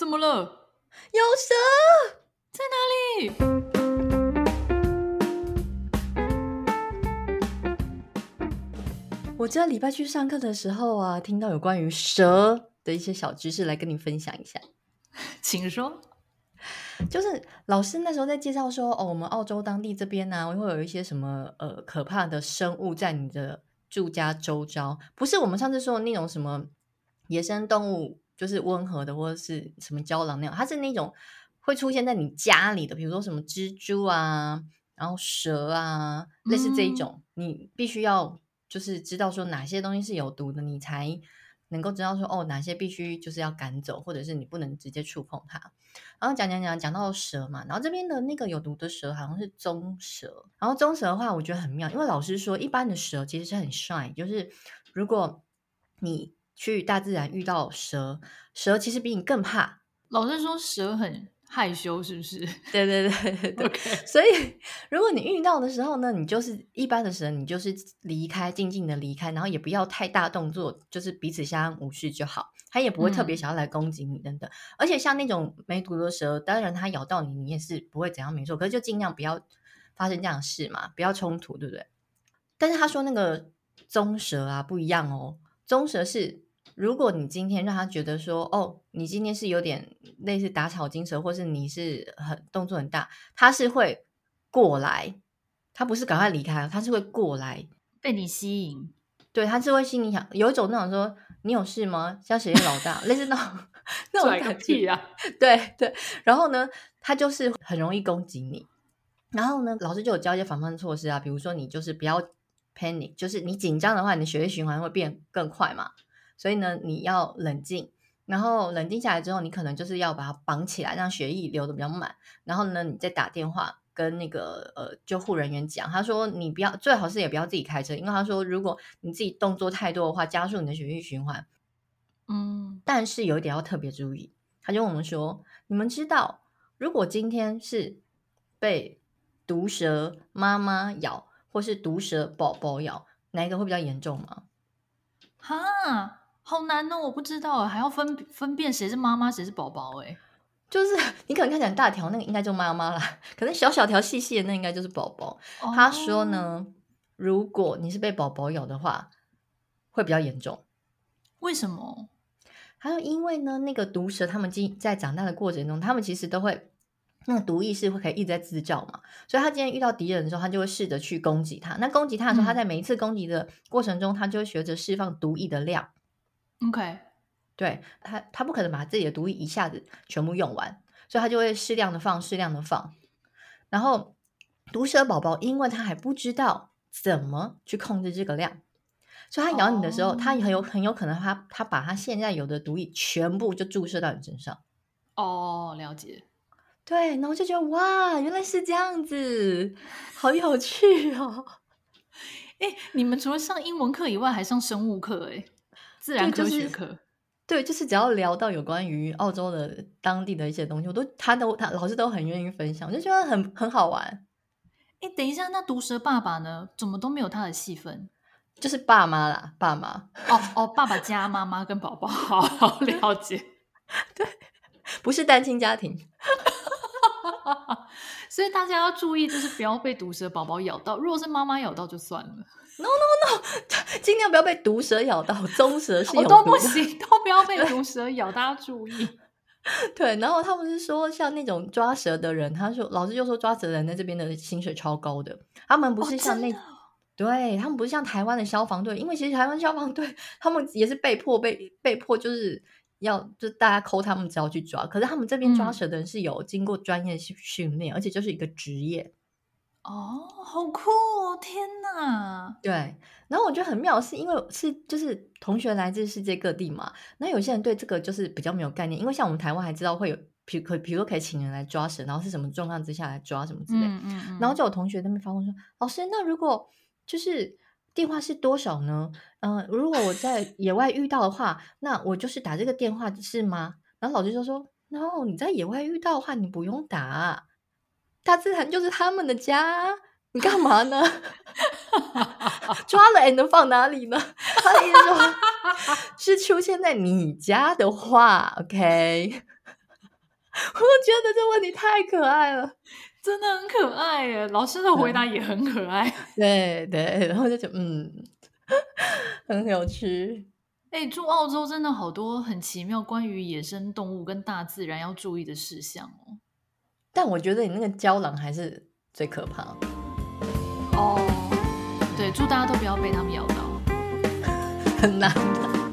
怎么了？ 有蛇在哪里？ 我这礼拜去上课的时候啊，听到有关于蛇的一些小知识，来跟你分享一下。 请说。 就是老师那时候在介绍说，我们澳洲当地这边呢、会有一些什么可怕的生物在你的住家周遭，不是我们上次说的那种什么野生动物，就是温和的或者是什么郊狼那样，它是那种会出现在你家里的，比如说什么蜘蛛啊，然后蛇啊，类似这一种，你必须要就是知道说哪些东西是有毒的，你才能够知道说哪些必须就是要赶走，或者是你不能直接触碰它。然后讲到蛇嘛，然后这边的那个有毒的蛇好像是棕蛇，然后棕蛇的话我觉得很妙，因为老师说一般的蛇其实是很 shy，就是如果你去大自然遇到蛇其实比你更怕。 老师说蛇很害羞，是不是？ 对对对对对 ，OK。 所以如果你遇到的时候呢，你就是一般的蛇，你就是离开，静静的离开，然后也不要太大动作，就是彼此相安无事就好，它也不会特别想要来攻击你等等。而且像那种没毒的蛇，当然它咬到你，你也是不会怎样没错，可是就尽量不要发生这样的事嘛，不要冲突，对不对？但是他说那个棕蛇啊不一样哦，棕蛇是如果你今天让他觉得说你今天是有点类似打草惊蛇，或是你是动作很大，他是会过来，他不是赶快离开，他是会过来被你吸引。 对，他是会心里想有一种那种说你有事吗，像谁是老大类似那种拽个感觉屁啊！ 对对，然后呢他就是很容易攻击你，然后呢老师就有教一些防范措施啊，比如说你就是不要 panic， 就是你紧张的话你的血液循环会变更快嘛，所以呢你要冷静，然后冷静下来之后你可能就是要把它绑起来，让血液流的比较满，然后呢你再打电话跟那个救护人员讲，他说你不要，最好是也不要自己开车，因为他说如果你自己动作太多的话，加速你的血液循环。但是有一点要特别注意，他就问我们说，你们知道如果今天是被毒蛇妈妈咬或是毒蛇宝宝咬，哪一个会比较严重吗？ 哈，好难哦，我不知道，还要分辨谁是妈妈谁是宝宝。 就是你可能看起来很大条，那个应该就妈妈啦，可能小小条细细的那应该就是宝宝。他说呢，如果你是被宝宝咬的话会比较严重。 为什么？ 他说因为呢那个毒蛇他们在长大的过程中，他们其实都会那个毒液是会可以一直在制造嘛，所以他今天遇到敌人的时候，他就会试着去攻击他，那攻击他的时候，他在每一次攻击的过程中，他就会学着释放毒液的量。 OK。 对，他不可能把自己的毒液一下子全部用完，所以他就会适量的放，然后毒蛇宝宝因为他还不知道怎么去控制这个量，所以他咬你的时候，他很有可能他把他现在有的毒液全部就注射到你身上。 了解。 对，然后就觉得哇，原来是这样子，好有趣哦。 你们除了上英文课以外还上生物课，自然科学课。 对，就是只要聊到有关于澳洲的当地的一些东西，他老师都很愿意分享，我就觉得很好玩。 等一下，那毒蛇爸爸呢？怎么都没有他的戏份？ 就是爸妈啦，爸妈。 爸爸加妈妈跟宝宝，好了解。 对，不是单亲家庭。 所以大家要注意，就是不要被毒蛇宝宝咬到，如果是妈妈咬到就算了。 No， 尽量不要被毒蛇咬到，棕蛇是有毒的。 都不行，都不要被毒蛇咬，大家注意。 对，然后他们是说像那种抓蛇的人，老师就说抓蛇的人在这边的薪水超高的，他们不是像对，他们不是像台湾的消防队，因为其实台湾消防队他们也是被迫就是就大家扣他们只要去抓，可是他们这边抓蛇的人是有经过专业训练，而且就是一个职业。 好酷哦，天哪。 对，然后我觉得很妙是因为就是同学来自世界各地嘛，那有些人对这个就是比较没有概念，因为像我们台湾还知道会有比如说可以请人来抓蛇，然后是什么状况之下来抓什么之类，然后就有同学在那边发问说，老师那如果就是电话是多少呢？如果我在野外遇到的话，那我就是打这个电话是吗？然后老师就说 No， 你在野外遇到的话你不用打，大自然就是他们的家，你干嘛呢？抓了能放哪里呢？他的意思说是出现在你家的话 OK 我觉得这问题太可爱了。 真的很可爱耶，老师的回答也很可爱。 对对，然后就觉得很有趣。 住澳洲真的好多很奇妙关于野生动物跟大自然要注意的事项哦。 但我觉得你那个郊狼还是最可怕的。 哦，对，祝大家都不要被他们咬到。 很难的。